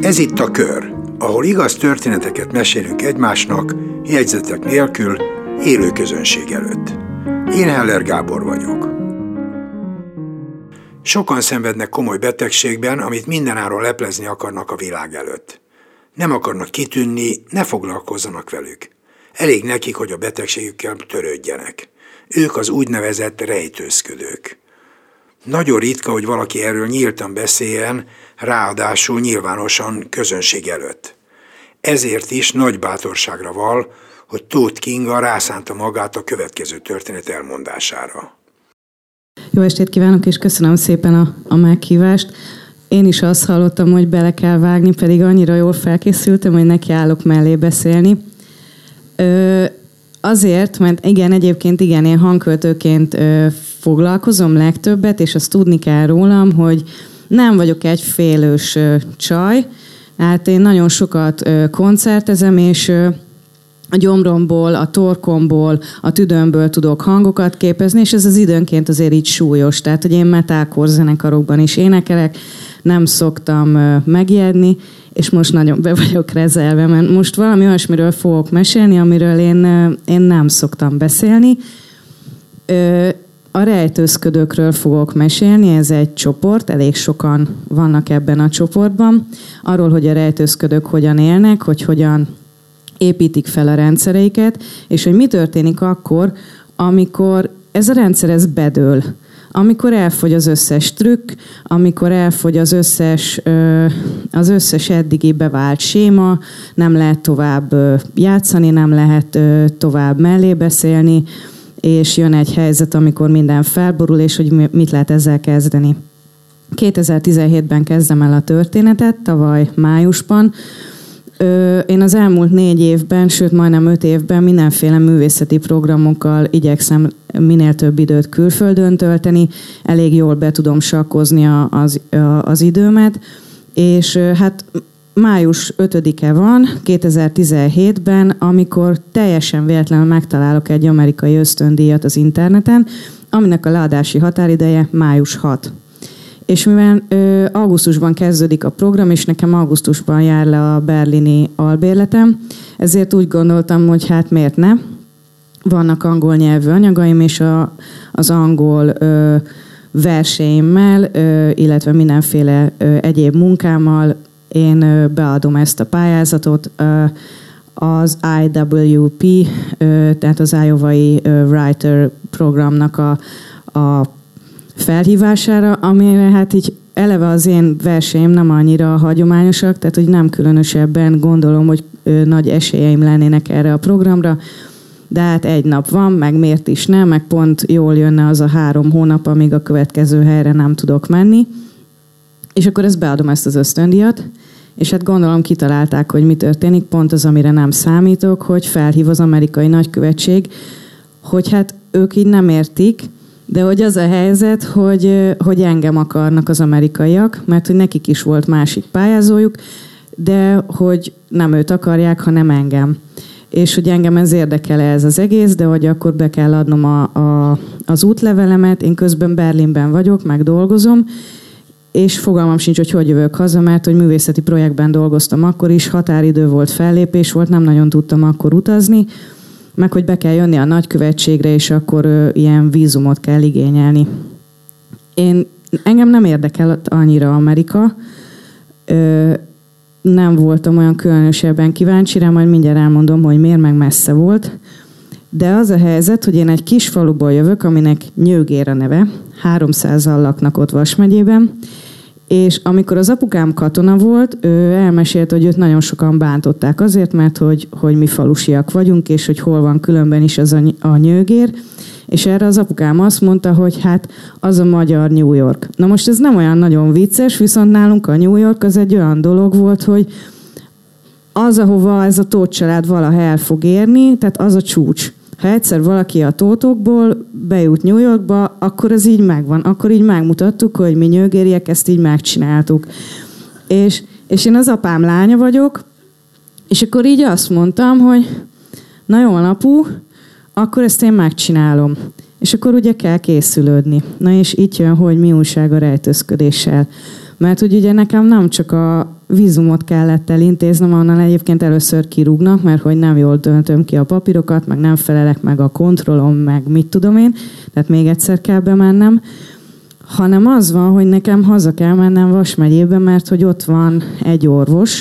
Ez itt a Kör, ahol igaz történeteket mesélünk egymásnak, jegyzetek nélkül, élő közönség előtt. Én Heller Gábor vagyok. Sokan szenvednek komoly betegségben, amit mindenáron leplezni akarnak a világ előtt. Nem akarnak kitűnni, ne foglalkozzanak velük. Elég nekik, hogy a betegségükkel törődjenek. Ők az úgynevezett rejtőzködők. Nagyon ritka, hogy valaki erről nyíltan beszéljen, ráadásul nyilvánosan közönség előtt. Ezért is nagy bátorságra val, hogy Tóth Kinga rászánta magát a következő történet elmondására. Jó estét kívánok, és köszönöm szépen a meghívást. Én is azt hallottam, hogy bele kell vágni, pedig annyira jól felkészültem, hogy nekiállok mellé beszélni. Azért, mert egyébként én hangköltőként foglalkozom legtöbbet, és azt tudni kell rólam, hogy nem vagyok egy félős csaj. Hát én nagyon sokat koncertezem, és a gyomromból, a torkomból, a tüdőmből tudok hangokat képezni, és ez az időnként azért így súlyos. Tehát, hogy én metalcore zenekarokban is énekelek, nem szoktam megijedni, és most nagyon be vagyok rezelve, mert most valami olyasmiről fogok mesélni, amiről én nem szoktam beszélni. A rejtőzködőkről fogok mesélni, ez egy csoport, elég sokan vannak ebben a csoportban. Arról, hogy a rejtőzködők hogyan élnek, hogy hogyan építik fel a rendszereiket, és hogy mi történik akkor, amikor ez a rendszer bedől. Amikor elfogy az összes trükk, amikor elfogy az összes eddigi bevált séma, nem lehet tovább játszani, nem lehet tovább mellé beszélni, és jön egy helyzet, amikor minden felborul, és hogy mit lehet ezzel kezdeni. 2017-ben kezdem el a történetet, tavaly májusban. Én az elmúlt 4 évben, sőt majdnem 5 évben mindenféle művészeti programokkal igyekszem minél több időt külföldön tölteni, elég jól be tudom sakkozni az időmet, és hát május 5-e van 2017-ben, amikor teljesen véletlenül megtalálok egy amerikai ösztöndíjat az interneten, aminek a leadási határideje május 6. És mivel augusztusban kezdődik a program, és nekem augusztusban jár le a berlini albérletem, ezért úgy gondoltam, hogy hát miért ne. Vannak angol nyelvű anyagaim, és az angol verseimmel, illetve mindenféle egyéb munkámmal én beadom ezt a pályázatot az IWP, tehát az Iowai Writer programnak a felhívására, amire hát így eleve az én verseim nem annyira hagyományosak, tehát hogy nem különösebben gondolom, hogy nagy esélyeim lennének erre a programra, de hát 1 nap van, meg miért is nem, meg pont jól jönne az a 3 hónap, amíg a következő helyre nem tudok menni. És akkor beadom ezt az ösztöndíjat, és hát gondolom kitalálták, hogy mi történik, pont az, amire nem számítok, hogy felhív az amerikai nagykövetség, hogy hát ők így nem értik, de hogy az a helyzet, hogy engem akarnak az amerikaiak, mert hogy nekik is volt másik pályázójuk, de hogy nem őt akarják, hanem engem. És hogy engem ez érdekel ez az egész, de hogy akkor be kell adnom az útlevelemet, én közben Berlinben vagyok, meg dolgozom, és fogalmam sincs, hogy jövök haza, mert hogy művészeti projektben dolgoztam akkor is, határidő volt, fellépés volt, nem nagyon tudtam akkor utazni, meg hogy be kell jönni a nagykövetségre, és akkor ilyen vízumot kell igényelni. Engem nem érdekel annyira Amerika, nem voltam olyan különösebben kíváncsi rá, majd mindjárt elmondom, hogy miért, meg messze volt. De az a helyzet, hogy én egy kis faluból jövök, aminek Nyőgér a neve, 300-al laknak ott Vas megyében, és amikor az apukám katona volt, ő elmesélte, hogy őt nagyon sokan bántották azért, mert hogy mi falusiak vagyunk, és hogy hol van különben is az a Nyőgér, és erre az apukám azt mondta, hogy hát az a magyar New York. Na most ez nem olyan nagyon vicces, viszont nálunk a New York az egy olyan dolog volt, hogy az, ahova ez a Tóth család valaha el fog érni, tehát az a csúcs. Ha egyszer valaki a Tóthokból bejut New Yorkba, akkor ez így megvan. Akkor így megmutattuk, hogy mi nyőgériek ezt így megcsináltuk. És én az apám lánya vagyok, és akkor így azt mondtam, hogy na jó, apu, akkor ezt én megcsinálom. És akkor ugye kell készülődni. Na és itt jön, hogy mi újság a rejtőzködéssel. Mert hogy ugye nekem nem csak vízumot kellett elintéznem, onnan egyébként először kirúgnak, mert hogy nem jól döntöm ki a papírokat, meg nem felelek meg a kontrollom, meg mit tudom én, tehát még egyszer kell bemennem, hanem az van, hogy nekem haza kell mennem Vas megyébe, mert hogy ott van egy orvos,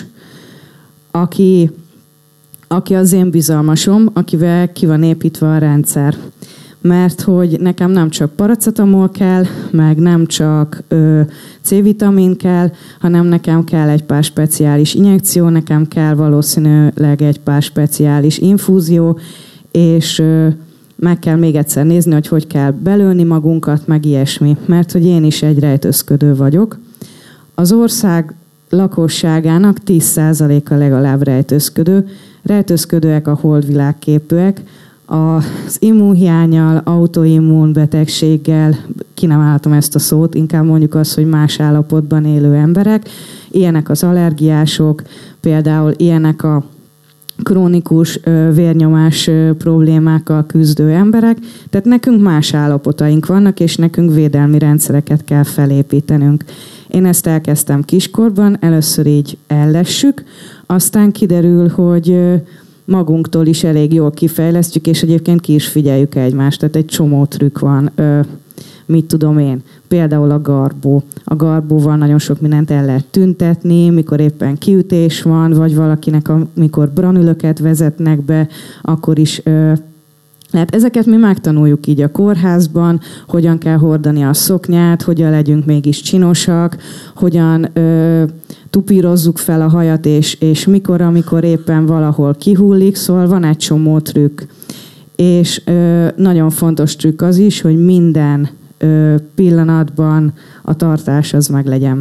aki az én bizalmasom, akivel ki van építve a rendszer. Mert hogy nekem nem csak paracetamol kell, meg nem csak C-vitamin kell, hanem nekem kell egy pár speciális injekció, nekem kell valószínűleg egy pár speciális infúzió, és meg kell még egyszer nézni, hogy kell belőni magunkat, meg ilyesmi. Mert hogy én is egy rejtőzködő vagyok. Az ország lakosságának 10%-a legalább rejtőzködő. Rejtőzködőek a holdvilágképűek, az immunhiánnyal, autoimmun betegséggel, ki nem álltam ezt a szót, inkább mondjuk azt, hogy más állapotban élő emberek. Ilyenek az allergiások, például ilyenek a krónikus vérnyomás problémákkal küzdő emberek. Tehát nekünk más állapotaink vannak, és nekünk védelmi rendszereket kell felépítenünk. Én ezt elkezdtem kiskorban, először így ellessük, aztán kiderül, hogy magunktól is elég jól kifejlesztjük, és egyébként ki is figyeljük egymást. Tehát egy csomó trükk van, mit tudom én. Például a garbó. A garbóval nagyon sok mindent el lehet tüntetni, mikor éppen kiütés van, vagy valakinek, amikor branülöket vezetnek be, akkor is lehet. Ezeket mi megtanuljuk így a kórházban, hogyan kell hordani a szoknyát, hogyan legyünk mégis csinosak, hogyan tupírozzuk fel a hajat, és mikor, amikor éppen valahol kihullik, szóval van egy csomó trükk. És nagyon fontos trükk az is, hogy minden pillanatban a tartás az meglegyen.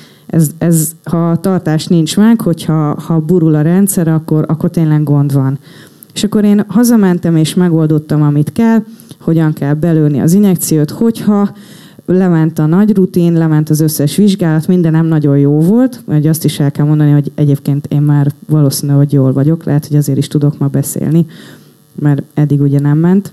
Ha a tartás nincs meg, ha burul a rendszer, akkor tényleg gond van. És akkor én hazamentem, és megoldottam, amit kell, hogyan kell belőni az injekciót, hogyha lement a nagy rutin, lement az összes vizsgálat, mindenem nagyon jó volt, vagy azt is el kell mondani, hogy egyébként én már valószínű, hogy jól vagyok, lehet, hogy azért is tudok ma beszélni, mert eddig ugye nem ment.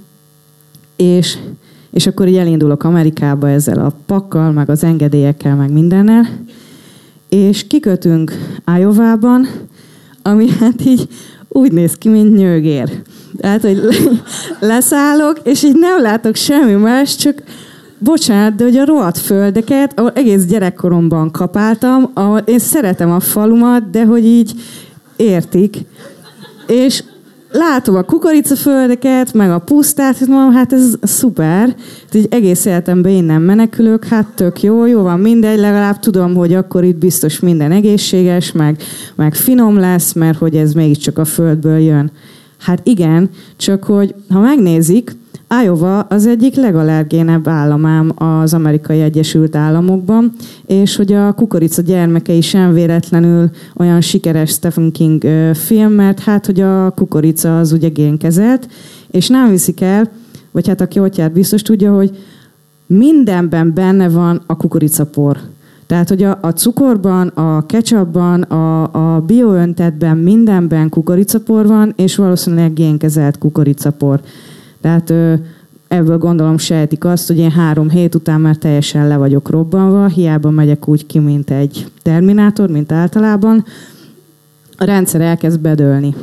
És akkor így elindulok Amerikába ezzel a pakkal, meg az engedélyekkel, meg mindennel, és kikötünk Iowában, ami hát így úgy néz ki, mint nyögér. Tehát, hogy leszállok, és így nem látok semmi más, csak bocsánat, de hogy a rohadt földeket, ahol egész gyerekkoromban kapáltam, ahol én szeretem a falumat, de hogy így értik. És látom a kukoricaföldeket, meg a pusztát, és mondom, hát ez szuper. Így egész életemben én nem menekülök, hát tök jó van mindegy, legalább tudom, hogy akkor itt biztos minden egészséges, meg finom lesz, mert hogy ez mégiscsak a földből jön. Hát igen, csak hogy ha megnézik, Iowa az egyik legallergénebb államám az Amerikai Egyesült Államokban, és hogy a Kukorica gyermekei sem véletlenül olyan sikeres Stephen King film, mert hát, hogy a kukorica az ugye génkezelt, és nem viszik el, vagy hát aki ott járt biztos tudja, hogy mindenben benne van a kukoricapor. Tehát, hogy a cukorban, a ketchupban, a bioöntetben, mindenben kukoricapor van, és valószínűleg génkezelt kukoricapor. Tehát ebből gondolom sejtik azt, hogy én 3 hét után már teljesen le vagyok robbanva, hiába megyek úgy ki, mint egy terminátor, mint általában. A rendszer elkezd bedőlni.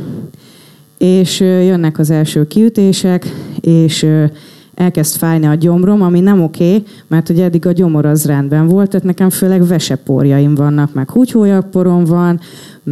És jönnek az első kiütések, és elkezd fájni a gyomrom, ami nem oké, mert hogy eddig a gyomor az rendben volt, tehát nekem főleg veseporjaim vannak, meg húgyhólyagporom van,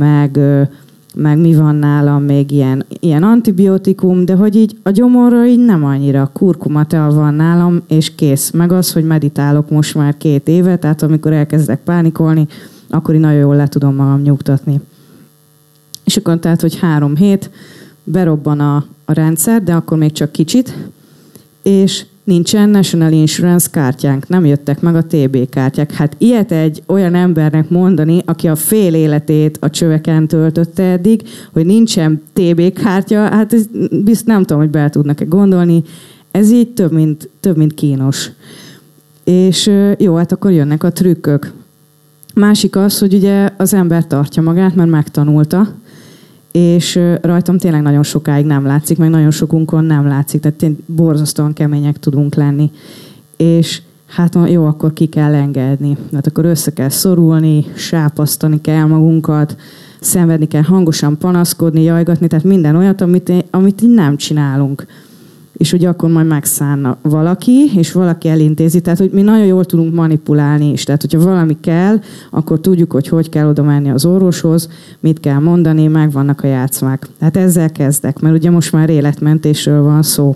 meg mi van nálam, még ilyen antibiotikum, de hogy így a gyomorra így nem annyira. Kurkumatea van nálam, és kész. Meg az, hogy meditálok most már 2 éve, tehát amikor elkezdek pánikolni, akkor így nagyon jól le tudom magam nyugtatni. És akkor tehát, hogy 3 hét, berobban a rendszer, de akkor még csak kicsit, és nincsen National Insurance kártyánk, nem jöttek meg a TB kártyák. Hát ilyet egy olyan embernek mondani, aki a fél életét a csöveken töltötte eddig, hogy nincsen TB kártya, hát ez nem tudom, hogy bele tudnak-e gondolni. Ez így több mint kínos. És jó, hát akkor jönnek a trükkök. Másik az, hogy ugye az ember tartja magát, mert megtanulta, és rajtam tényleg nagyon sokáig nem látszik, meg nagyon sokunkon nem látszik, tehát borzasztóan kemények tudunk lenni. És hát jó, akkor ki kell engedni. Hát akkor össze kell szorulni, sápasztani kell magunkat, szenvedni kell, hangosan panaszkodni, jajgatni, tehát minden olyat, amit így nem csinálunk. És hogy akkor majd megszánna valaki, és valaki elintézi. Tehát, hogy mi nagyon jól tudunk manipulálni is. Tehát, hogyha valami kell, akkor tudjuk, hogy kell oda menni az orvoshoz, mit kell mondani, megvannak a játszmák. Tehát ezzel kezdek, mert ugye most már életmentésről van szó.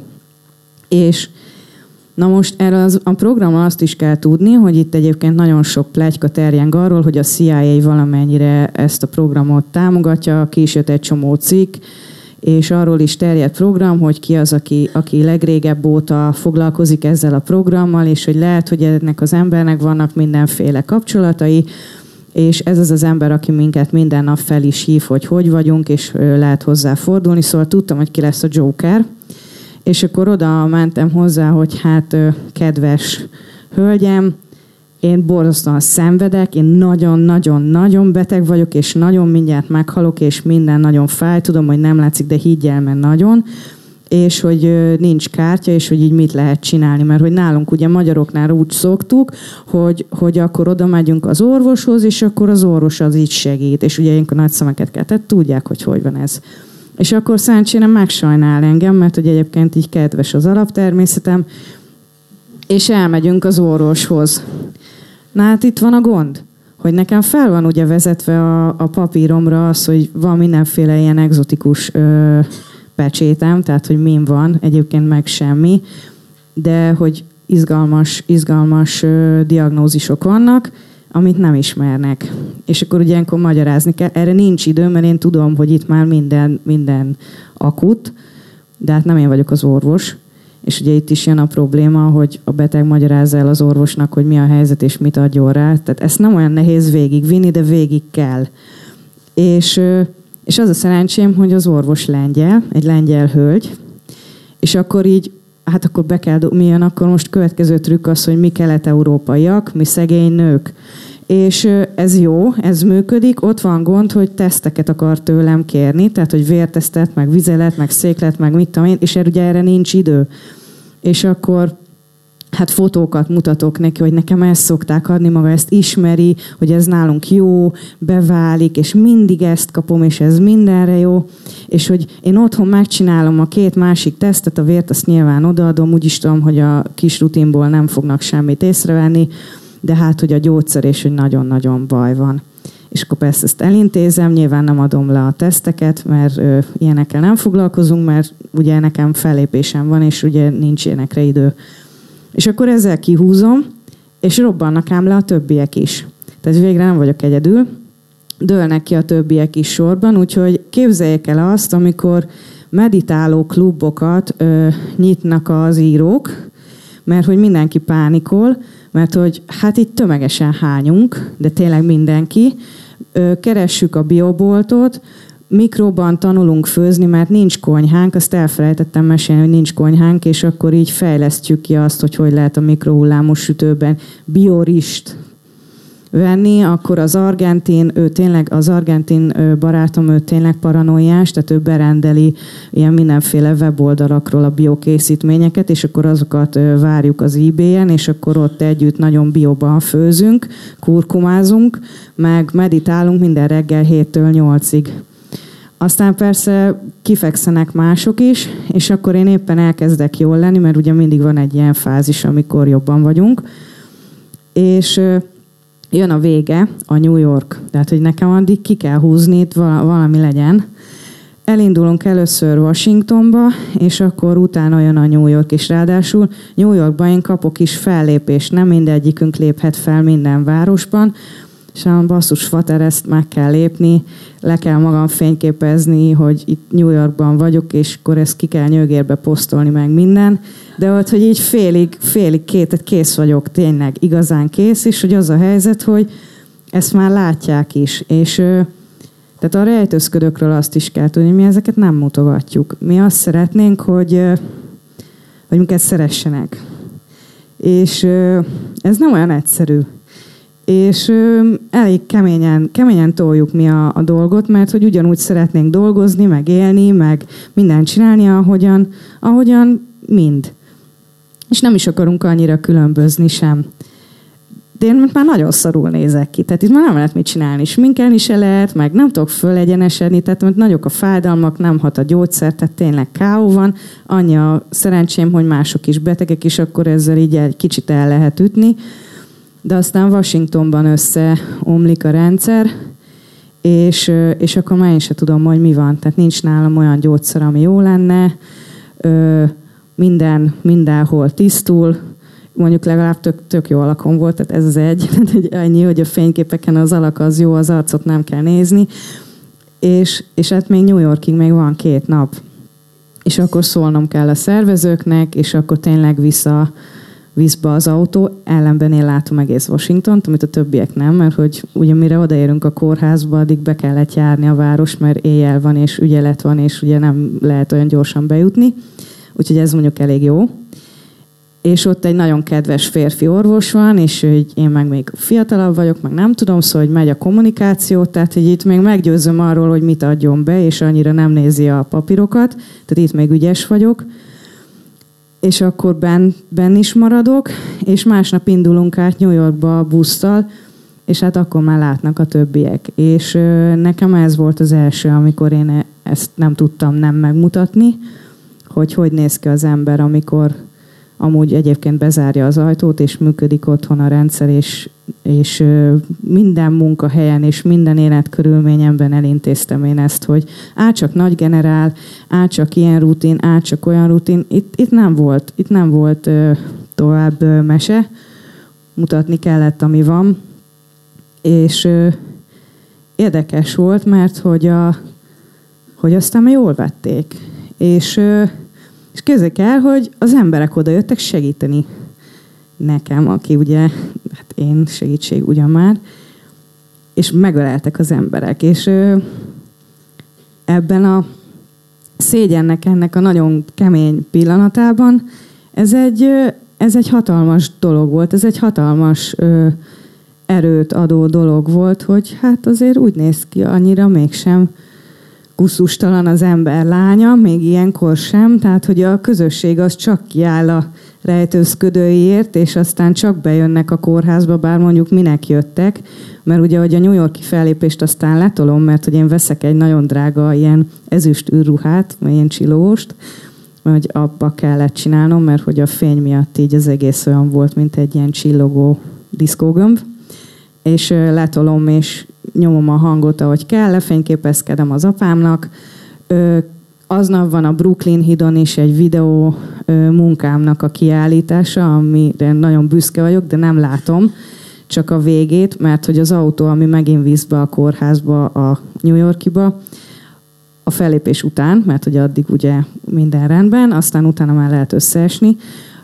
És na most erre a programra azt is kell tudni, hogy itt egyébként nagyon sok pletyka terjeng arról, hogy a CIA valamennyire ezt a programot támogatja, ki is jött egy csomó cikk, és arról is terjed program, hogy ki az, aki legrégebb óta foglalkozik ezzel a programmal, és hogy lehet, hogy ennek az embernek vannak mindenféle kapcsolatai, és ez az ember, aki minket minden nap fel is hív, hogy vagyunk, és lehet hozzá fordulni, szóval tudtam, hogy ki lesz a Joker, és akkor oda mentem hozzá, hogy hát kedves hölgyem, én borzasztóan szenvedek, én nagyon-nagyon-nagyon beteg vagyok, és nagyon mindjárt meghalok, és minden nagyon fáj, tudom, hogy nem látszik, de higgyel, mert nagyon, és hogy nincs kártya, és hogy így mit lehet csinálni, mert hogy nálunk ugye magyaroknál úgy szoktuk, hogy akkor oda megyünk az orvoshoz, és akkor az orvos az így segít, és ugye ilyenkor nagy szemeket kell, tehát tudják, hogy van ez. És akkor szerencsére megsajnál engem, mert hogy egyébként így kedves az alaptermészetem, és elmegyünk az orvoshoz. Na hát itt van a gond, hogy nekem fel van ugye vezetve a papíromra az, hogy van mindenféle ilyen egzotikus pecsétem, tehát hogy min van, egyébként meg semmi, de hogy izgalmas diagnózisok vannak, amit nem ismernek. És akkor ugye ilyenkor magyarázni kell. Erre nincs idő, mert én tudom, hogy itt már minden akut, de hát nem én vagyok az orvos. És ugye itt is jön a probléma, hogy a beteg magyarázza el az orvosnak, hogy mi a helyzet és mit adjon rá. Tehát ezt nem olyan nehéz végigvinni, de végig kell. És az a szerencsém, hogy az orvos lengyel, egy lengyel hölgy, és akkor így, hát akkor be kell, mi jön akkor most következő trükk az, hogy mi kelet-európaiak, mi szegény nők. És ez jó, ez működik, ott van gond, hogy teszteket akar tőlem kérni, tehát hogy vértesztet, meg vizelet, meg széklet, meg mit tudom én, és ugye erre nincs idő. És akkor hát fotókat mutatok neki, hogy nekem ezt szokták adni, maga ezt ismeri, hogy ez nálunk jó, beválik, és mindig ezt kapom, és ez mindenre jó. És hogy én otthon megcsinálom a 2 másik tesztet, a vért azt nyilván odaadom, úgyis tudom, hogy a kis rutinból nem fognak semmit észrevenni, de hát, hogy a gyógyszer és hogy nagyon-nagyon baj van. És akkor persze ezt elintézem, nyilván nem adom le a teszteket, mert ilyenekkel nem foglalkozunk, mert ugye nekem fellépésem van, és ugye nincs ilyenekre idő. És akkor ezzel kihúzom, és robbannak ám le a többiek is. Tehát végre nem vagyok egyedül, dőlnek ki a többiek is sorban, úgyhogy képzeljék el azt, amikor meditáló klubokat nyitnak az írók, mert hogy mindenki pánikol, mert hogy hát itt tömegesen hányunk, de tényleg mindenki. Keressük a bioboltot, mikróban tanulunk főzni, mert nincs konyhánk, azt elfelejtettem mesélni, hogy nincs konyhánk, és akkor így fejlesztjük ki azt, hogy lehet a mikrohullámos sütőben biorist venni, akkor az argentin barátom, ő tényleg paranoiás, tehát ő berendeli ilyen mindenféle weboldalakról a biokészítményeket, és akkor azokat várjuk az eBay-en, és akkor ott együtt nagyon bioban főzünk, kurkumázunk, meg meditálunk minden reggel 7-től 8-ig. Aztán persze kifekszenek mások is, és akkor én éppen elkezdek jól lenni, mert ugye mindig van egy ilyen fázis, amikor jobban vagyunk, és jön a vége, a New York. Tehát, hogy nekem addig ki kell húzni, itt valami legyen. Elindulunk először Washingtonba, és akkor utána jön a New York, és ráadásul New Yorkban én kapok is fellépést. Nem mindegyikünk léphet fel minden városban, és a basszus fater, ezt meg kell lépni, le kell magam fényképezni, hogy itt New Yorkban vagyok, és akkor ezt ki kell nyögérbe posztolni meg minden. De ott, hogy így félig kész vagyok, tényleg igazán kész, és hogy az a helyzet, hogy ezt már látják is. És tehát a rejtőzködőkről azt is kell tudni, mi ezeket nem mutogatjuk. Mi azt szeretnénk, hogy minket szeressenek. És ez nem olyan egyszerű. És elég keményen toljuk mi a dolgot, mert hogy ugyanúgy szeretnénk dolgozni, meg élni, meg mindent csinálni, ahogyan mind. és nem is akarunk annyira különbözni sem. De én már nagyon szarul nézek ki, tehát itt már nem lehet mit csinálni, sminkelni se lehet, meg nem tudok fölegyenesedni, tehát mert nagyok a fájdalmak, nem hat a gyógyszer, tehát tényleg K.O. van, annyi a szerencsém, hogy mások is betegek, és akkor ezzel így egy kicsit el lehet ütni, de aztán Washingtonban összeomlik a rendszer, és akkor már én sem tudom, hogy mi van, tehát nincs nálam olyan gyógyszer, ami jó lenne, mindenhol tisztul, mondjuk legalább tök jó alakom volt, tehát ez az egy, ennyi, hogy a fényképeken az alak az jó, az arcot nem kell nézni, és hát még New Yorkig még van 2 nap, és akkor szólnom kell a szervezőknek, és akkor tényleg visz be az autó, ellenben én látom egész Washingtont, amit a többiek nem, mert hogy ugye mire odaérünk a kórházba, addig be kellett járni a város, mert éjjel van, és ügyelet van, és ugye nem lehet olyan gyorsan bejutni, úgyhogy ez mondjuk elég jó. És ott egy nagyon kedves férfi orvos van, és én meg még fiatalabb vagyok, meg nem tudom, szóval hogy megy a kommunikáció, tehát hogy itt még meggyőzöm arról, hogy mit adjon be, és annyira nem nézi a papírokat, tehát itt még ügyes vagyok. És akkor benn is maradok, és másnap indulunk át New Yorkba a busszal, és hát akkor már látnak a többiek. És nekem ez volt az első, amikor én ezt nem tudtam nem megmutatni, hogy néz ki az ember, amikor amúgy egyébként bezárja az ajtót, és működik otthon a rendszer, és minden munkahelyen és minden életkörülményemben elintéztem én ezt, hogy csak nagy generál, csak ilyen rutin, csak olyan rutin. Itt nem volt tovább mese, mutatni kellett, ami van, és érdekes volt, mert hogy aztán jól vették. És képzeljék el, hogy az emberek oda jöttek segíteni nekem, aki ugye, hát én segítség ugyan már, és megöleltek az emberek. És ebben a szégyennek, ennek a nagyon kemény pillanatában ez egy hatalmas dolog volt, ez egy hatalmas erőt adó dolog volt, hogy hát azért úgy néz ki annyira mégsem gusztustalan az ember lánya, még ilyenkor sem, tehát hogy a közösség az csak kiáll a rejtőzködőiért, és aztán csak bejönnek a kórházba, bár mondjuk minek jöttek, mert ugye, hogy a New York-i fellépést aztán letolom, mert hogy én veszek egy nagyon drága ilyen ezüst űrruhát, vagy ilyen csillóst, hogy abba kellett csinálnom, mert hogy a fény miatt így az egész olyan volt, mint egy ilyen csillogó diszkógömb, és letolom, és nyomom a hangot, ahogy kell, lefényképezkedem az apámnak. Aznap van a Brooklyn hídon is egy videó munkámnak a kiállítása, amire nagyon büszke vagyok, de nem látom, csak a végét, mert hogy az autó, ami megint visz be a kórházba, a New Yorkiba, a fellépés után, mert hogy addig ugye minden rendben, aztán utána már lehet összeesni,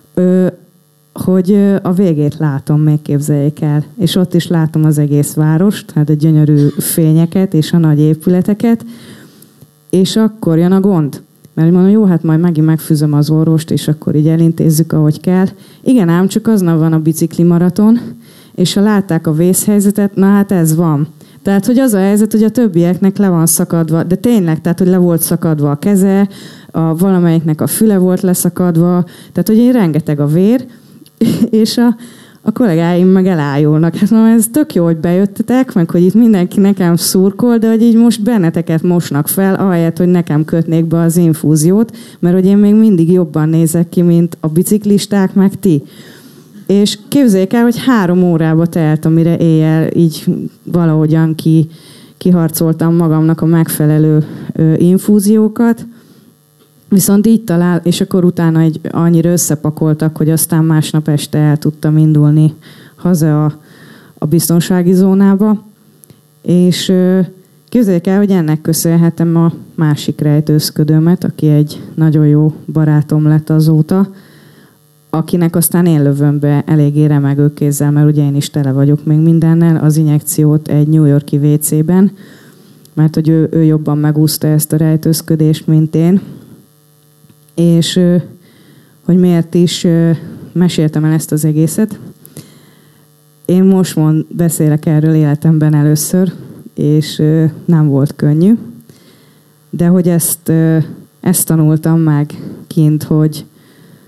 hogy a végét látom, még képzeljék el. És ott is látom az egész várost, hát a gyönyörű fényeket és a nagy épületeket, és akkor jön a gond. Mert mondom, jó, hát majd megint megfűzöm az orvost, és akkor így elintézzük, ahogy kell. Igen, ám csak aznap van a bicikli maraton, és ha látták a vészhelyzetet, na hát ez van. Tehát, hogy az a helyzet, hogy a többieknek le van szakadva, de tényleg, tehát, hogy le volt szakadva a keze, valamelyiknek a füle volt leszakadva, tehát, hogy rengeteg a vér, és a kollégáim meg elájulnak. Hát mondom, ez tök jó, hogy bejöttetek, meg hogy itt mindenki nekem szurkol, de hogy így most benneteket mosnak fel, ahelyett, hogy nekem kötnék be az infúziót, mert hogy én még mindig jobban nézek ki, mint a biciklisták, meg ti. És képzeljék el, hogy 3 órába telt, amire éjjel így valahogyan kiharcoltam magamnak a megfelelő infúziókat, viszont így talál, és akkor utána annyira összepakoltak, hogy aztán másnap este el tudtam indulni haza a biztonsági zónába. És képzeljék el, hogy ennek köszönhetem a másik rejtőzködőmet, aki egy nagyon jó barátom lett azóta, akinek aztán én lövöm be eléggé remegő kézzel, mert ugye én is tele vagyok még mindennel, az injekciót egy New York-i WC-ben, mert hogy ő jobban megúszta ezt a rejtőzködést, mint én. És hogy miért is meséltem el ezt az egészet. Én most beszélek erről életemben először, és nem volt könnyű. De hogy ezt tanultam meg kint, hogy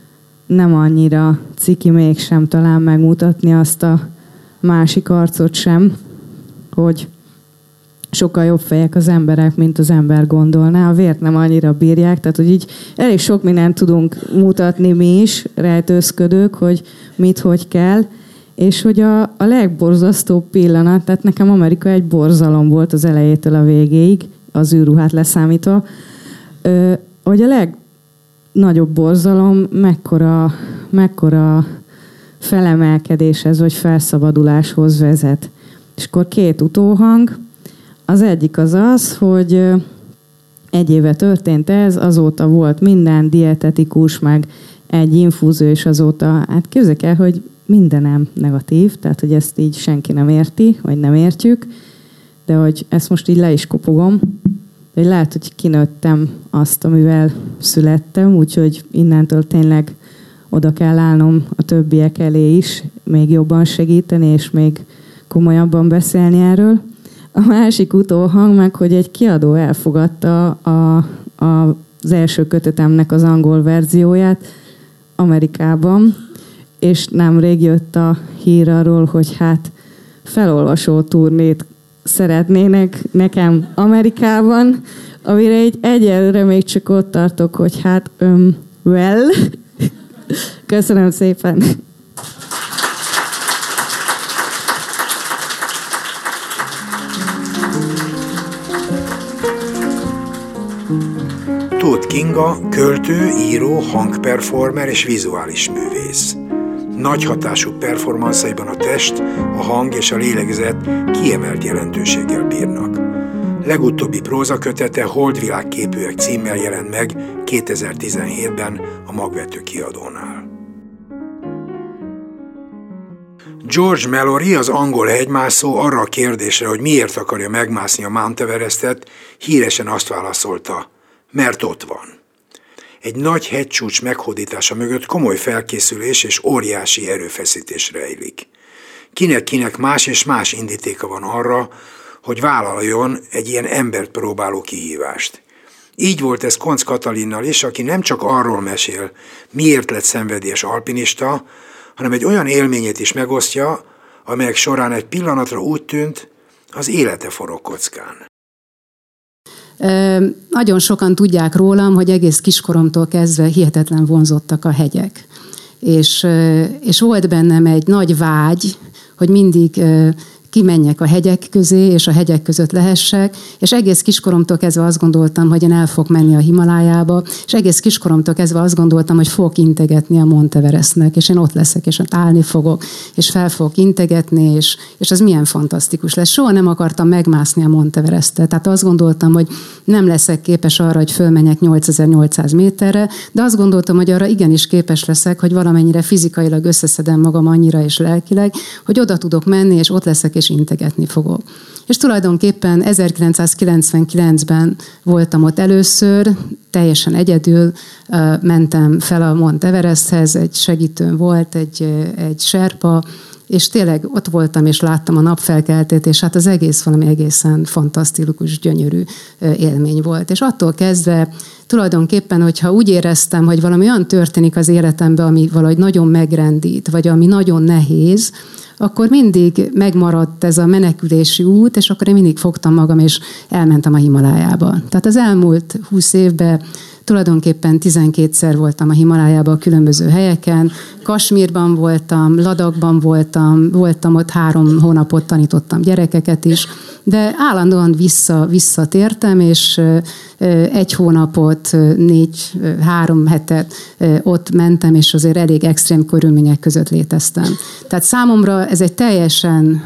nem annyira ciki mégsem talán megmutatni azt a másik arcot sem, hogy sokkal jobb fejek az emberek, mint az ember gondolná. A vért nem annyira bírják, tehát hogy így elég sok mindent tudunk mutatni mi is, rejtőzködők, hogy mit, hogy kell, és hogy a legborzasztóbb pillanat, tehát nekem Amerika egy borzalom volt az elejétől a végéig, az űrruhát leszámítva, hogy a legnagyobb borzalom mekkora felemelkedéshez vagy felszabaduláshoz vezet. És akkor 2 utóhang. Az egyik az, hogy 1 éve történt ez, azóta volt minden dietetikus, meg egy infúzió, és azóta, hát képzeljük el, hogy mindenem negatív, tehát hogy ezt így senki nem érti, vagy nem értjük, de hogy ezt most így le is kopogom, hogy lehet, hogy kinőttem azt, amivel születtem, úgyhogy innentől tényleg oda kell állnom a többiek elé is, még jobban segíteni, és még komolyabban beszélni erről. A másik utóhang meg, hogy egy kiadó elfogadta az első kötetemnek az angol verzióját Amerikában, és nemrég jött a hír arról, hogy hát felolvasó turnét szeretnének nekem Amerikában, amire egyelőre még csak ott tartok, hogy hát well. Köszönöm szépen. Tóth Kinga költő, író, hangperformer és vizuális művész. Nagy hatású performanszaiban a test, a hang és a lélegzet kiemelt jelentőséggel bírnak. Legutóbbi prózakötete Holdvilágképűek címmel jelent meg 2017-ben a Magvető kiadónál. George Mallory, az angol hegymászó arra a kérdésre, hogy miért akarja megmászni a Mount Everestet, híresen azt válaszolta, mert ott van. Egy nagy hegycsúcs meghódítása mögött komoly felkészülés és óriási erőfeszítés rejlik. Kinek-kinek más és más indítéka van arra, hogy vállaljon egy ilyen embert próbáló kihívást. Így volt ez Koncz Katalinnal is, aki nem csak arról mesél, miért lett szenvedélyes alpinista, hanem egy olyan élményét is megosztja, amelyek során egy pillanatra úgy tűnt, az élete forog kockán. Nagyon sokan tudják rólam, hogy egész kiskoromtól kezdve hihetetlen vonzottak a hegyek. És volt bennem egy nagy vágy, hogy mindig kimenjek a hegyek közé, és a hegyek között lehessek, és egész kiskoromtól kezdve azt gondoltam, hogy én el fogok menni a Himalájába, és egész kiskoromtól kezdve azt gondoltam, hogy fogok integetni a Mount Everestnek, és én ott leszek, és ott állni fogok, és fel fogok integetni, és az milyen fantasztikus lesz. Soha nem akartam megmászni a Mount Everestet, tehát azt gondoltam, hogy nem leszek képes arra, hogy fölmenjek 8800 méterre, de azt gondoltam, hogy arra igenis képes leszek, hogy valamennyire fizikailag összeszedem magam annyira és lelkileg, hogy oda tudok menni, és ott leszek, és integetni fogok. És tulajdonképpen 1999-ben voltam ott először, teljesen egyedül mentem fel a Mount Everesthez, egy segítőm volt, egy serpa, és tényleg ott voltam, és láttam a napfelkeltét, és hát az egész valami egészen fantasztikus, gyönyörű élmény volt. És attól kezdve tulajdonképpen, hogyha úgy éreztem, hogy valami olyan történik az életemben, ami valahogy nagyon megrendít, vagy ami nagyon nehéz, akkor mindig megmaradt ez a menekülési út, és akkor én mindig fogtam magam, és elmentem a Himalájába. Tehát az elmúlt 20 évben tulajdonképpen 12-szer voltam a Himalájában, a különböző helyeken. Kasmírban voltam, Ladakban voltam ott 3 hónapot, tanítottam gyerekeket is, de állandóan visszatértem, és 1 hónapot, 3 hetet ott mentem, és azért elég extrém körülmények között léteztem. Tehát számomra ez egy teljesen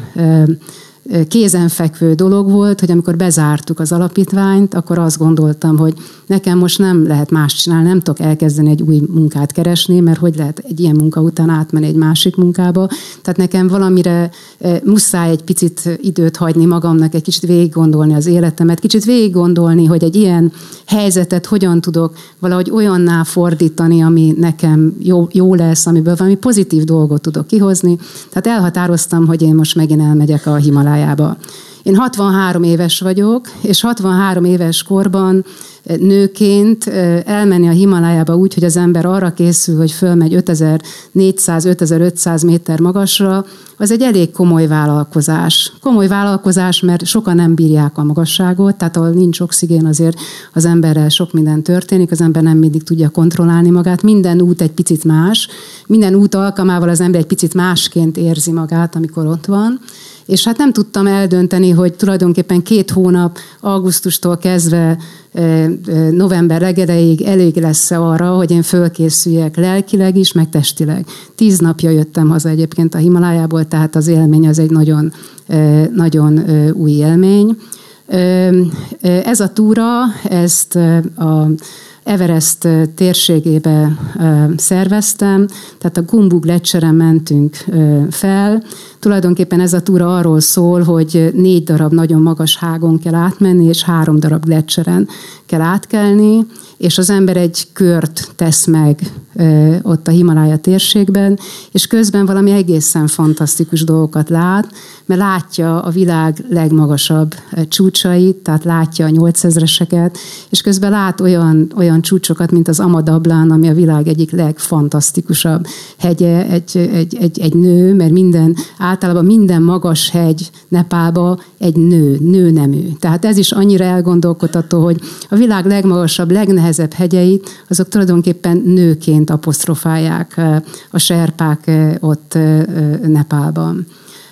kézenfekvő dolog volt, hogy amikor bezártuk az alapítványt, akkor azt gondoltam, hogy nekem most nem lehet más csinálni, nem tudok elkezdeni egy új munkát keresni, mert hogy lehet egy ilyen munka után átmenni egy másik munkába. Tehát nekem valamire muszáj egy picit időt hagyni magamnak, egy kicsit végiggondolni az életemet, kicsit végiggondolni, hogy egy ilyen helyzetet hogyan tudok valahogy olyanná fordítani, ami nekem jó lesz, amiből valami pozitív dolgot tudok kihozni. Tehát elhatároztam, hogy én most megint elmegyek a Himalájába. Én 63 éves vagyok, és 63 éves korban nőként elmenni a Himalájába úgy, hogy az ember arra készül, hogy fölmegy 5400-5500 méter magasra, az egy elég komoly vállalkozás. Komoly vállalkozás, mert sokan nem bírják a magasságot, tehát ahol nincs oxigén, azért az emberrel sok minden történik, az ember nem mindig tudja kontrollálni magát. Minden út egy picit más, minden út alkalmával az ember egy picit másként érzi magát, amikor ott van. És hát nem tudtam eldönteni, hogy tulajdonképpen 2 hónap, augusztustól kezdve november legelejéig elég lesz arra, hogy én fölkészüljek lelkileg is, meg testileg. 10 napja jöttem haza egyébként a Himalájából, tehát az élmény az egy nagyon, nagyon új élmény. Ez a túra, ezt a Everest térségébe szerveztem, tehát a Gumbu gletscheren mentünk fel. Tulajdonképpen ez a túra arról szól, hogy 4 darab nagyon magas hágon kell átmenni, és 3 darab gletscheren kell átkelni, és az ember egy kört tesz meg ott a Himalája térségben, és közben valami egészen fantasztikus dolgokat lát, mert látja a világ legmagasabb csúcsait, tehát látja a 8000-eseket, és közben lát olyan csúcsokat, mint az Amadablán, ami a világ egyik legfantasztikusabb hegye, egy nő, mert általában minden magas hegy Nepálban egy nőnemű. Tehát ez is annyira elgondolkodtató, hogy a világ legmagasabb, legnehezebb hegyeit, azok tulajdonképpen nőként apostrofálják a serpák ott Nepálban.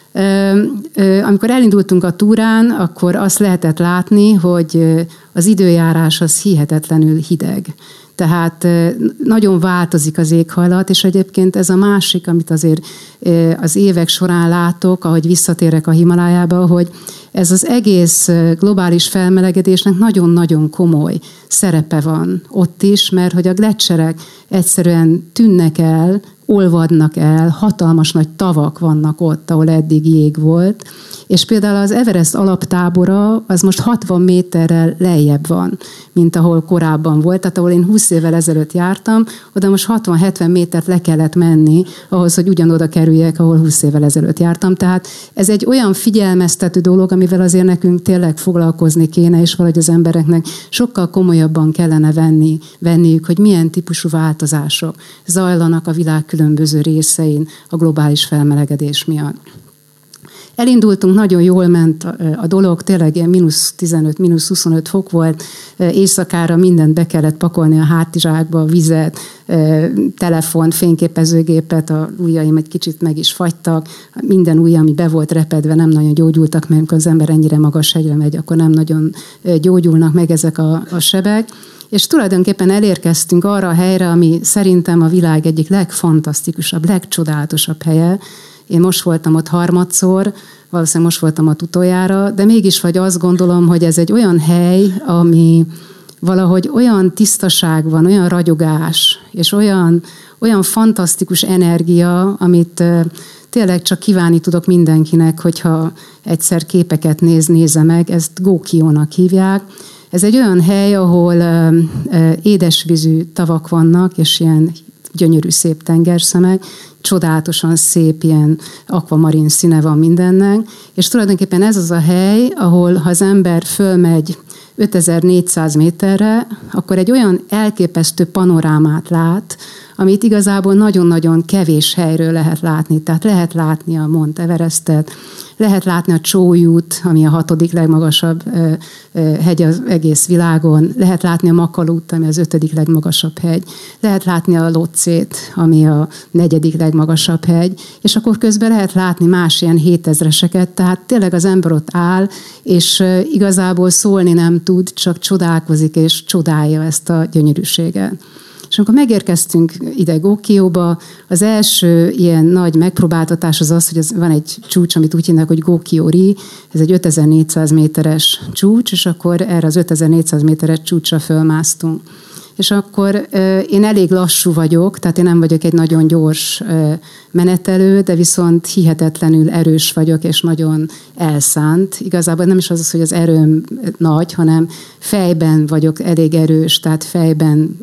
Amikor elindultunk a túrán, akkor azt lehetett látni, hogy az időjárás az hihetetlenül hideg. Tehát nagyon változik az éghajlat, és egyébként ez a másik, amit azért az évek során látok, ahogy visszatérek a Himalájába, hogy ez az egész globális felmelegedésnek nagyon-nagyon komoly szerepe van ott is, mert hogy a gleccserek egyszerűen tűnnek el, olvadnak el, hatalmas nagy tavak vannak ott, ahol eddig jég volt, és például az Everest alaptábora az most 60 méterrel lejjebb van, mint ahol korábban volt, tehát ahol én 20 évvel ezelőtt jártam, oda most 60-70 métert le kellett menni ahhoz, hogy ugyanoda kerüljek, ahol 20 évvel ezelőtt jártam. Tehát ez egy olyan figyelmeztető dolog, amivel azért nekünk tényleg foglalkozni kéne, és valahogy az embereknek sokkal komolyabban kellene venniük, hogy milyen típusú változások zajlanak a világ különböző részein a globális felmelegedés miatt. Elindultunk, nagyon jól ment a dolog, tényleg ilyen -15, -25 fok volt, éjszakára mindent be kellett pakolni a hátizsákba, vizet, telefont, fényképezőgépet, a ujjaim egy kicsit meg is fagytak, minden ujj, ami be volt repedve, nem nagyon gyógyultak, mert amikor az ember ennyire magas hegyre megy, akkor nem nagyon gyógyulnak meg ezek a sebek. És tulajdonképpen elérkeztünk arra a helyre, ami szerintem a világ egyik legfantasztikusabb, legcsodálatosabb helye. Én most voltam ott harmadszor, valószínűleg most voltam ott utoljára, de mégis vagy azt gondolom, hogy ez egy olyan hely, ami valahogy olyan tisztaság van, olyan ragyogás, és olyan fantasztikus energia, amit tényleg csak kívánni tudok mindenkinek, hogyha egyszer képeket nézze meg, ezt Gókiónak hívják. Ez egy olyan hely, ahol édesvízű tavak vannak, és ilyen gyönyörű szép tengerszemek, csodálatosan szép ilyen akvamarin színe van mindennek, és tulajdonképpen ez az a hely, ahol ha az ember fölmegy 5400 méterre, akkor egy olyan elképesztő panorámát lát, amit igazából nagyon-nagyon kevés helyről lehet látni. Tehát lehet látni a Mount Everestet, lehet látni a Csójút, ami a 6. legmagasabb hegy az egész világon, lehet látni a Makalút, ami az 5. legmagasabb hegy, lehet látni a Lhotse-t, ami a 4. legmagasabb hegy, és akkor közben lehet látni más ilyen 7000-eseket, tehát tényleg az ember ott áll, és igazából szólni nem tud, csak csodálkozik és csodálja ezt a gyönyörűséget. És amikor megérkeztünk ide Gókióba, az első ilyen nagy megpróbáltatás az, hogy van egy csúcs, amit úgy hívnak, hogy Gókió-ri, ez egy 5400 méteres csúcs, és akkor erre az 5400 méteres csúcsra fölmásztunk. És akkor én elég lassú vagyok, tehát én nem vagyok egy nagyon gyors menetelő, de viszont hihetetlenül erős vagyok, és nagyon elszánt. Igazából nem is az, hogy az erőm nagy, hanem fejben vagyok elég erős, tehát fejben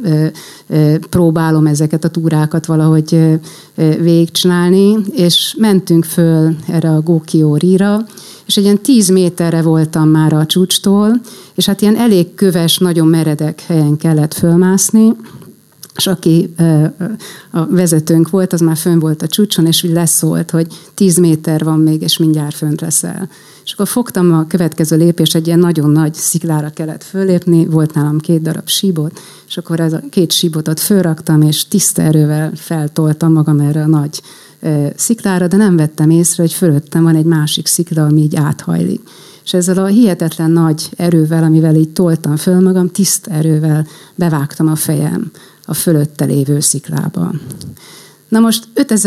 próbálom ezeket a túrákat valahogy végigcsinálni, és mentünk föl erre a Gókió-ríra, és egy ilyen 10 méterre voltam már a csúcstól, és hát ilyen elég köves, nagyon meredek helyen kellett fölmászni, és aki a vezetőnk volt, az már fönn volt a csúcson, és így leszólt, hogy 10 méter van még, és mindjárt fönt leszel. És akkor fogtam a következő lépést, egy ilyen nagyon nagy sziklára kellett fölépni, volt nálam 2 darab síbot, és akkor ez a 2 síbotot fölraktam, és tiszta erővel feltoltam magam erre a nagy sziklára, de nem vettem észre, hogy fölöttem van egy másik szikla, ami így áthajlik. És ezzel a hihetetlen nagy erővel, amivel így toltam föl magam, tiszta erővel bevágtam a fejem a fölötte lévő sziklába. Na most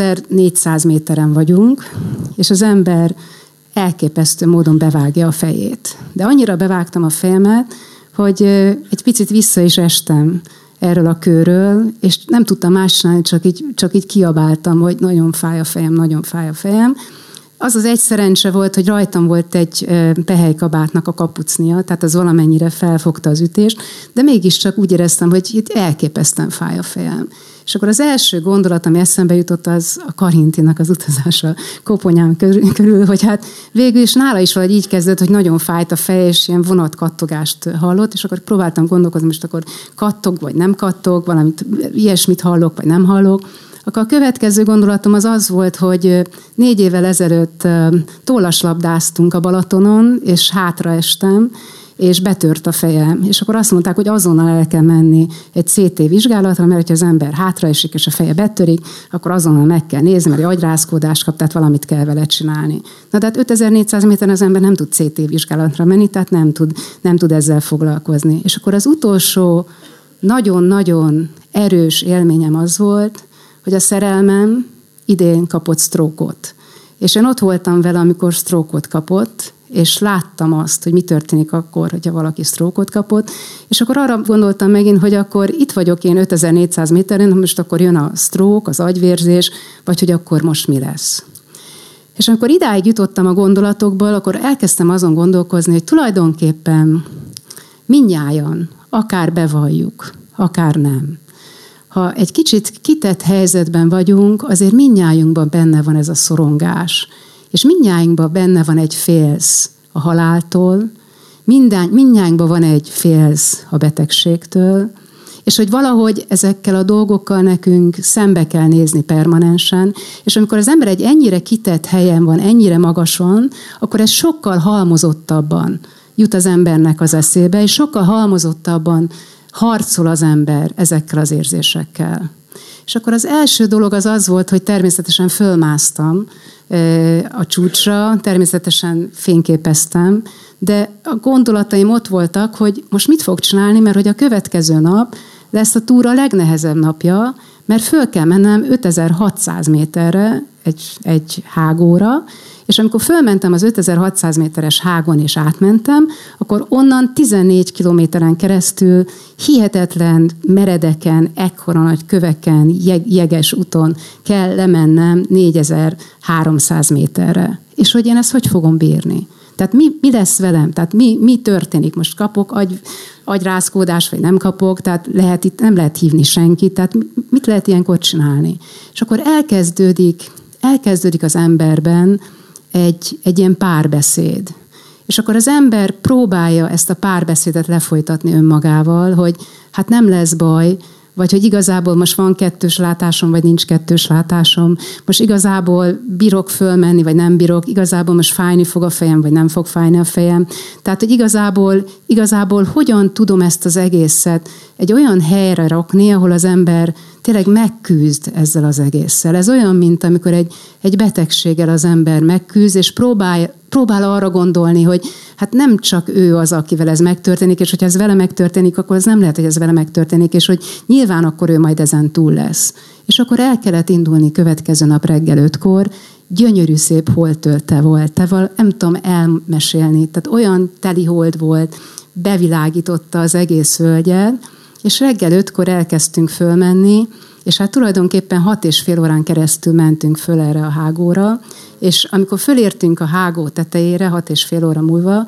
5400 méteren vagyunk, és az ember elképesztő módon bevágja a fejét. De annyira bevágtam a fejemet, hogy egy picit vissza is estem erről a kőről, és nem tudtam más csinálni, csak így kiabáltam, hogy nagyon fáj a fejem, nagyon fáj a fejem. Az egy szerencse volt, hogy rajtam volt egy pehelykabátnak a kapucnia, tehát az valamennyire felfogta az ütést, de mégiscsak úgy éreztem, hogy itt elképesztően fáj a fejem. És akkor az első gondolat, ami eszembe jutott, az a Karintinak az utazása koponyám körül, hogy hát végül is nála is valahogy így kezdett, hogy nagyon fájt a feje, és ilyen vonatkattogást hallott, és akkor próbáltam gondolkozni, most akkor kattog, vagy nem kattog, valamit ilyesmit hallok, vagy nem hallok. Akkor a következő gondolatom az volt, hogy 4 évvel ezelőtt tollaslabdáztunk a Balatonon, és hátraestem, és betört a fejem. És akkor azt mondták, hogy azonnal el kell menni egy CT vizsgálatra, mert ha az ember hátraesik, és a feje betörik, akkor azonnal meg kell nézni, mert egy agyrázkódást kap, tehát valamit kell vele csinálni. Na, tehát 5400 méteren az ember nem tud CT vizsgálatra menni, tehát nem tud ezzel foglalkozni. És akkor az utolsó nagyon-nagyon erős élményem az volt, hogy a szerelmem idén kapott stroke-ot. És én ott voltam vele, amikor stroke-ot kapott, és láttam azt, hogy mi történik akkor, hogyha valaki stroke-ot kapott, és akkor arra gondoltam megint, hogy akkor itt vagyok én 5400 méteren, most akkor jön a stroke, az agyvérzés, vagy hogy akkor most mi lesz. És amikor idáig jutottam a gondolatokból, akkor elkezdtem azon gondolkozni, hogy tulajdonképpen mindnyájan, akár bevalljuk, akár nem. Ha egy kicsit kitett helyzetben vagyunk, azért mindnyájunkban benne van ez a szorongás, és mindnyájunkban benne van egy félsz a haláltól, mindnyájunkban van egy félsz a betegségtől, és hogy valahogy ezekkel a dolgokkal nekünk szembe kell nézni permanensen, és amikor az ember egy ennyire kitett helyen van, ennyire magason, akkor ez sokkal halmozottabban jut az embernek az eszébe, és sokkal halmozottabban harcol az ember ezekkel az érzésekkel. És akkor az első dolog az volt, hogy természetesen fölmásztam a csúcsra, természetesen fényképeztem, de a gondolataim ott voltak, hogy most mit fog csinálni, mert hogy a következő nap lesz a túra legnehezebb napja, mert föl kell mennem 5600 méterre egy hágóra, és amikor fölmentem az 5600 méteres hágon és átmentem, akkor onnan 14 kilométeren keresztül hihetetlen meredeken, ekkora nagy köveken, jeges úton kell lemennem 4300 méterre. És hogy én ezt hogy fogom bírni? Tehát mi lesz velem? Tehát mi történik? Most kapok agyrázkódás, vagy nem kapok? Tehát itt nem lehet hívni senkit. Tehát mit lehet ilyenkor csinálni? És akkor elkezdődik az emberben egy ilyen párbeszéd. És akkor az ember próbálja ezt a párbeszédet lefolytatni önmagával, hogy hát nem lesz baj, vagy hogy igazából most van 2-s látásom, vagy nincs 2-s látásom, most igazából bírok fölmenni, vagy nem bírok, igazából most fájni fog a fejem, vagy nem fog fájni a fejem. Tehát, hogy igazából hogyan tudom ezt az egészet egy olyan helyre rakni, ahol az ember tényleg megküzd ezzel az egésszel. Ez olyan, mint amikor egy betegséggel az ember megküzd, és próbál arra gondolni, hogy hát nem csak ő az, akivel ez megtörténik, és hogyha ez vele megtörténik, akkor az nem lehet, hogy ez vele megtörténik, és hogy nyilván akkor ő majd ezen túl lesz. És akkor el kellett indulni következő nap reggel 5-kor, gyönyörű szép holdtölte volt, nem tudom elmesélni, tehát olyan teli hold volt, bevilágította az egész völgyet, és reggel 5-kor elkezdtünk fölmenni, és hát tulajdonképpen 6,5 órán keresztül mentünk föl erre a hágóra, és amikor fölértünk a hágó tetejére, 6,5 óra múlva,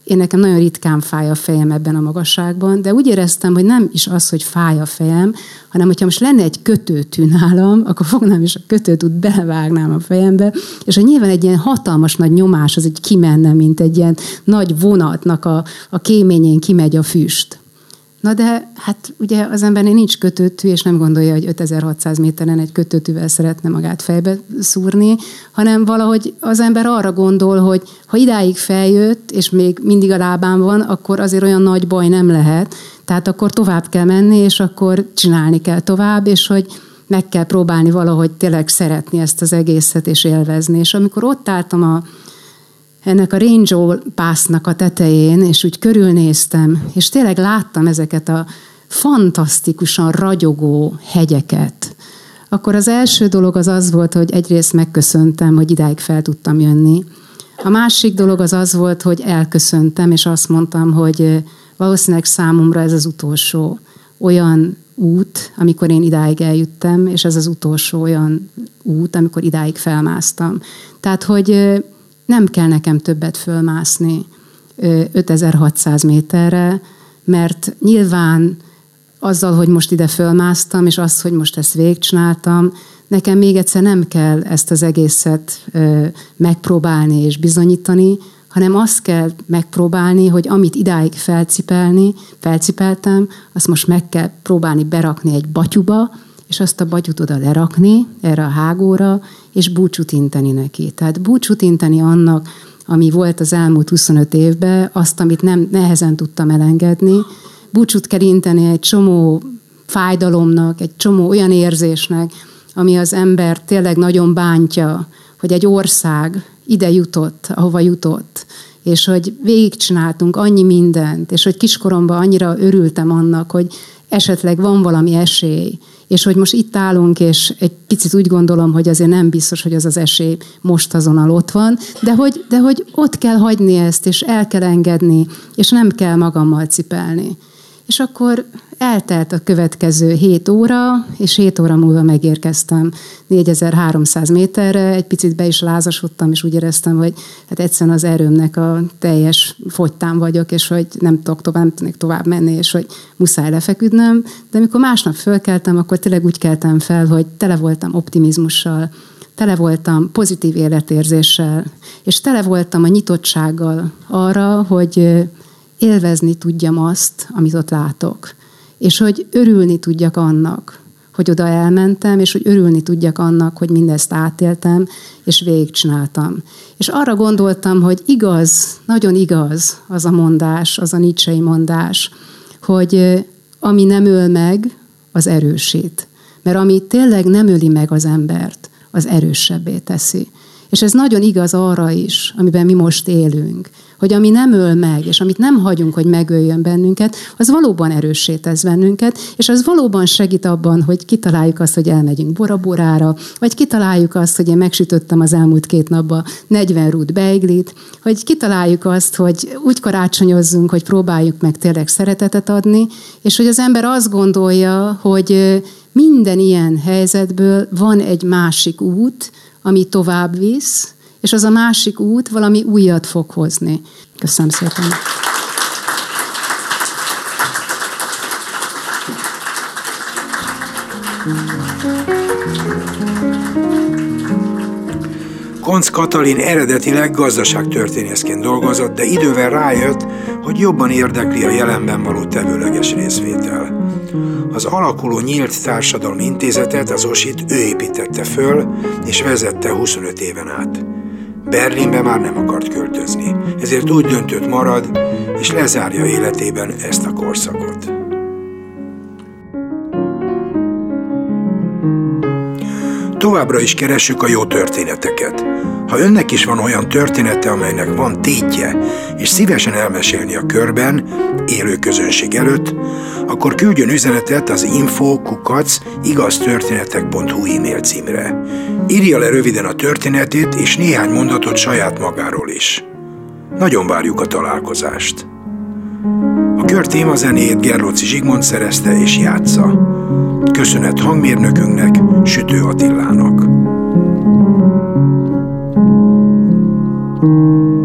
én nekem nagyon ritkán fáj a fejem ebben a magasságban, de úgy éreztem, hogy nem is az, hogy fáj a fejem, hanem hogyha most lenne egy kötőtű nálam, akkor fognám és a kötőtűt belevágnám a fejembe, és nyilván egy ilyen hatalmas nagy nyomás az így kimenne, mint egy ilyen nagy vonatnak a kéményén kimegy a füst. Na de hát ugye az embernél nincs kötőtű, és nem gondolja, hogy 5600 méteren egy kötőtűvel szeretne magát fejbe szúrni, hanem valahogy az ember arra gondol, hogy ha idáig feljött, és még mindig a lábán van, akkor azért olyan nagy baj nem lehet. Tehát akkor tovább kell menni, és akkor csinálni kell tovább, és hogy meg kell próbálni valahogy tényleg szeretni ezt az egészet, és élvezni. És amikor ott álltam ennek a Range Pass-nak a tetején, és úgy körülnéztem, és tényleg láttam ezeket a fantasztikusan ragyogó hegyeket, akkor az első dolog az volt, hogy egyrészt megköszöntem, hogy idáig fel tudtam jönni. A másik dolog az volt, hogy elköszöntem, és azt mondtam, hogy valószínűleg számomra ez az utolsó olyan út, amikor én idáig eljöttem, és ez az utolsó olyan út, amikor idáig felmásztam. Tehát, hogy nem kell nekem többet fölmászni 5600 méterre, mert nyilván azzal, hogy most ide fölmásztam, és az, hogy most ezt végigcsináltam, nekem még egyszer nem kell ezt az egészet megpróbálni és bizonyítani, hanem azt kell megpróbálni, hogy amit idáig felcipeltem, azt most meg kell próbálni berakni egy batyuba, és azt a batyut oda lerakni, erre a hágóra, és búcsút inteni neki. Tehát búcsút inteni annak, ami volt az elmúlt 25 évben, azt, amit nehezen tudtam elengedni. Búcsút kell inteni egy csomó fájdalomnak, egy csomó olyan érzésnek, ami az ember tényleg nagyon bántja, hogy egy ország ide jutott, ahova jutott, és hogy végigcsináltunk annyi mindent, és hogy kiskoromban annyira örültem annak, hogy esetleg van valami esély, és hogy most itt állunk, és egy picit úgy gondolom, hogy azért nem biztos, hogy az esély most azonnal ott van, de hogy ott kell hagyni ezt, és el kell engedni, és nem kell magammal cipelni. És akkor eltelt a következő 7 óra, és 7 óra múlva megérkeztem 4300 méterre, egy picit be is lázasodtam, és úgy éreztem, hogy hát egyszerűen az erőmnek a teljes fogytán vagyok, és hogy nem tudnék tovább menni, és hogy muszáj lefeküdnöm. De amikor másnap fölkeltem, akkor tényleg úgy keltem fel, hogy tele voltam optimizmussal, tele voltam pozitív életérzéssel, és tele voltam a nyitottsággal arra, hogy élvezni tudjam azt, amit ott látok. És hogy örülni tudjak annak, hogy oda elmentem, és hogy örülni tudjak annak, hogy mindezt átéltem, és végigcsináltam. És arra gondoltam, hogy igaz, nagyon igaz az a mondás, az a Nietzschei mondás, hogy ami nem öl meg, az erősít. Mert ami tényleg nem öli meg az embert, az erősebbé teszi. És ez nagyon igaz arra is, amiben mi most élünk, hogy ami nem öl meg, és amit nem hagyunk, hogy megöljön bennünket, az valóban erőssé tesz bennünket, és az valóban segít abban, hogy kitaláljuk azt, hogy elmegyünk Bora Borára, vagy kitaláljuk azt, hogy én megsütöttem az elmúlt 2 napban 40 rút beiglit, hogy kitaláljuk azt, hogy úgy karácsonyozzunk, hogy próbáljuk meg tényleg szeretetet adni, és hogy az ember azt gondolja, hogy minden ilyen helyzetből van egy másik út, ami tovább visz, és az a másik út valami újat fog hozni. Köszönöm szépen. Koncz Katalin eredetileg gazdaságtörténészként dolgozott, de idővel rájött, hogy jobban érdekli a jelenben való tevőleges részvétel. Az alakuló Nyílt Társadalmi Intézetet, az OSIT ő építette föl, és vezette 25 éven át. Berlinbe már nem akart költözni, ezért úgy döntött, marad, és lezárja életében ezt a korszakot. Továbbra is keressük a jó történeteket. Ha önnek is van olyan története, amelynek van tétje, és szívesen elmesélni a körben, élő közönség előtt, akkor küldjön üzenetet az info@igaztörténetek.hu e-mail címre. Írja le röviden a történetét és néhány mondatot saját magáról is. Nagyon várjuk a találkozást. A kör témazenéjét Gerlóci Zsigmond szerezte és játsza. Köszönet hangmérnökünknek, Sütő Attilának.